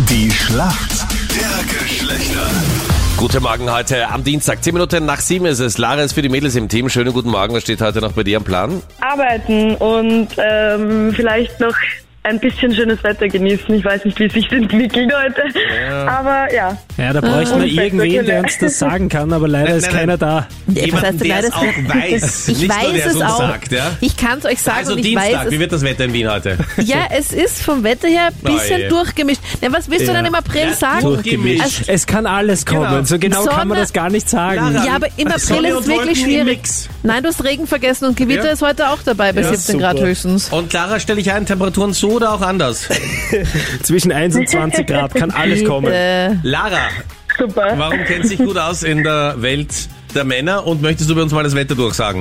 Die Schlacht der Geschlechter. Guten Morgen heute am Dienstag. 10 Minuten nach 7 ist es. Lara ist für die Mädels im Team. Schönen guten Morgen. Was steht heute noch bei dir am Plan? Arbeiten und vielleicht noch ein bisschen schönes Wetter genießen. Ich weiß nicht, wie es sich entwickelt heute, aber ja. Ja, da bräuchten wir irgendwen, der uns das sagen kann, aber leider ist keiner da. Jemanden, der es auch weiß. Ich nicht weiß nur, der es uns auch. sagt. Ja? Ich kann es euch sagen Also und ich Dienstag, weiß es. wie wird das Wetter in Wien heute? Ja, es ist vom Wetter her ein bisschen je. durchgemischt. Na, was willst du denn im April sagen? Durchgemischt. Also, Es kann alles kommen, Genau. so genau kann man Sonne- das gar nicht sagen. Lara, ja, aber im April Sonne ist und es wirklich Wolken im schwierig. Mix. Nein, du hast Regen vergessen und Gewitter Ja. ist heute auch dabei bei Ja, 17 Grad super. höchstens. Und Lara, stelle ich ein, Temperaturen so oder auch anders? Zwischen 1 und 20 Grad kann alles kommen. Lara, Super. warum kennst du dich gut aus in der Welt der Männer und möchtest du bei uns mal das Wetter durchsagen?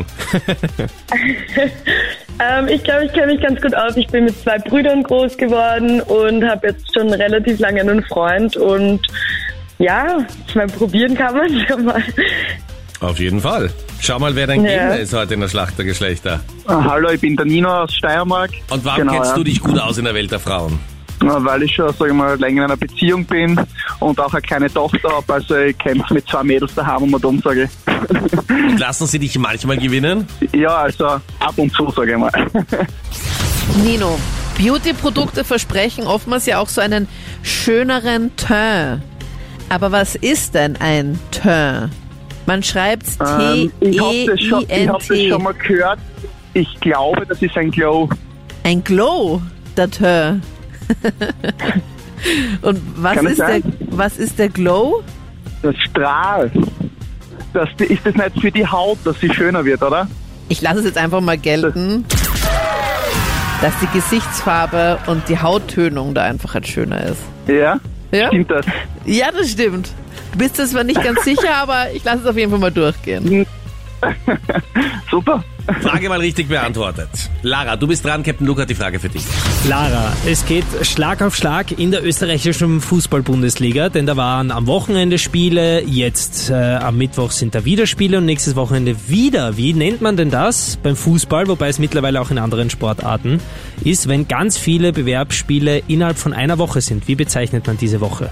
Ich glaube, ich kenne mich ganz gut aus. Ich bin mit 2 Brüdern groß geworden und habe jetzt schon relativ lange einen Freund und ja, ich meine, probieren kann man schon mal. Auf jeden Fall. Schau mal, wer dein Ja. Gegner ist heute in der Schlacht der Geschlechter. Hallo, ich bin der Nino aus Steiermark. Und warum Genau, kennst ja. du dich gut aus in der Welt der Frauen? Weil ich schon, sag ich mal, länger in einer Beziehung bin und auch eine kleine Tochter habe. Also ich kämpfe mit 2 Mädels daheim und dumm, sage ich. Und lassen sie dich manchmal gewinnen? Ja, also ab und zu, sage ich mal. Nino, Beauty-Produkte versprechen oftmals ja auch so einen schöneren Teint. Aber was ist denn ein Teint? Man schreibt Ich habe das T-E-I-N-T. schon mal gehört. Ich glaube, das ist ein Glow. Ein Glow, der Teint. Und Kann es sein? was ist der Glow? Das Strahl. Ist das nicht für die Haut, dass sie schöner wird, oder? Ich lasse es jetzt einfach mal gelten, dass die Gesichtsfarbe und die Hauttönung da einfach halt schöner ist. Ja? Ja? Stimmt das? Ja, das stimmt. Du bist es zwar nicht ganz sicher, aber ich lasse es auf jeden Fall mal durchgehen. Super. Frage mal richtig beantwortet. Lara, du bist dran. Captain Luke hat die Frage für dich. Lara, es geht Schlag auf Schlag in der österreichischen Fußball-Bundesliga, denn da waren am Wochenende Spiele, jetzt am Mittwoch sind da wieder Spiele und nächstes Wochenende wieder. Wie nennt man denn das beim Fußball, wobei es mittlerweile auch in anderen Sportarten ist, wenn ganz viele Bewerbsspiele innerhalb von einer Woche sind? Wie bezeichnet man diese Woche?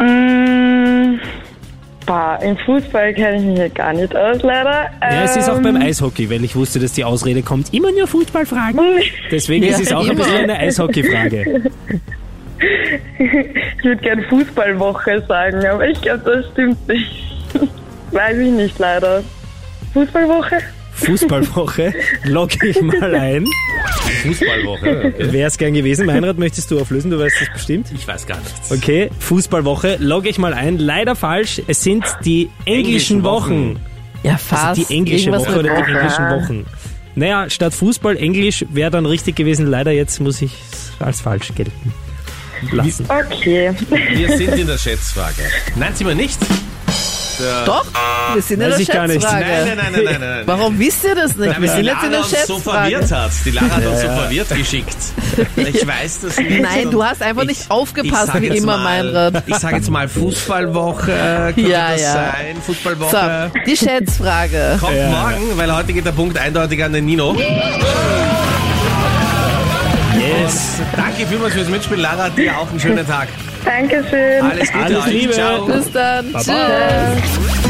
Im Fußball kenne ich mich ja gar nicht aus, leider. Ja, es ist auch beim Eishockey, weil ich wusste, dass die Ausrede kommt, immer nur Fußballfragen. Deswegen ist es auch ein bisschen eine Eishockeyfrage. Ich würde gerne Fußballwoche sagen, aber ich glaube, das stimmt nicht. Weiß ich nicht, leider. Fußballwoche? Fußballwoche, logge ich mal ein. Fußballwoche. Okay. Wäre es gern gewesen. Meinrad, möchtest du auflösen? Du weißt das bestimmt. Ich weiß gar nichts. Okay, Fußballwoche, logge ich mal ein. Leider falsch. Es sind die englischen Wochen. Ja, fast. Also die englische Irgendwas Woche mit oder die Woche. englischen Wochen. Naja, statt Fußball, Englisch wäre dann richtig gewesen. Leider jetzt muss ich es als falsch gelten lassen. Okay. Wir sind in der Schätzfrage. Nein, sind wir nicht. Doch, wir sind in Weiß der ich gar nicht. Schätzfrage. Nein. Warum wisst ihr das nicht? Nein, Wir weil sind die jetzt in Lara der uns so verwirrt Schätzfrage. hat. Die Lara hat uns so verwirrt geschickt. Ich weiß das nicht. Nein, du hast einfach nicht aufgepasst, sag wie jetzt immer, mal, Meinrad. Ich sage jetzt mal Fußballwoche. Könnte Ja, das ja. sein? Fußballwoche. So, die Schätzfrage. Kommt morgen, weil heute geht der Punkt eindeutig an den Nino. Yes. Danke vielmals fürs Mitspielen, Lara. Dir auch einen schönen Tag. Dankeschön. Alles Gute Alles euch. Liebe. Ciao. Bis dann. Baba. Tschüss.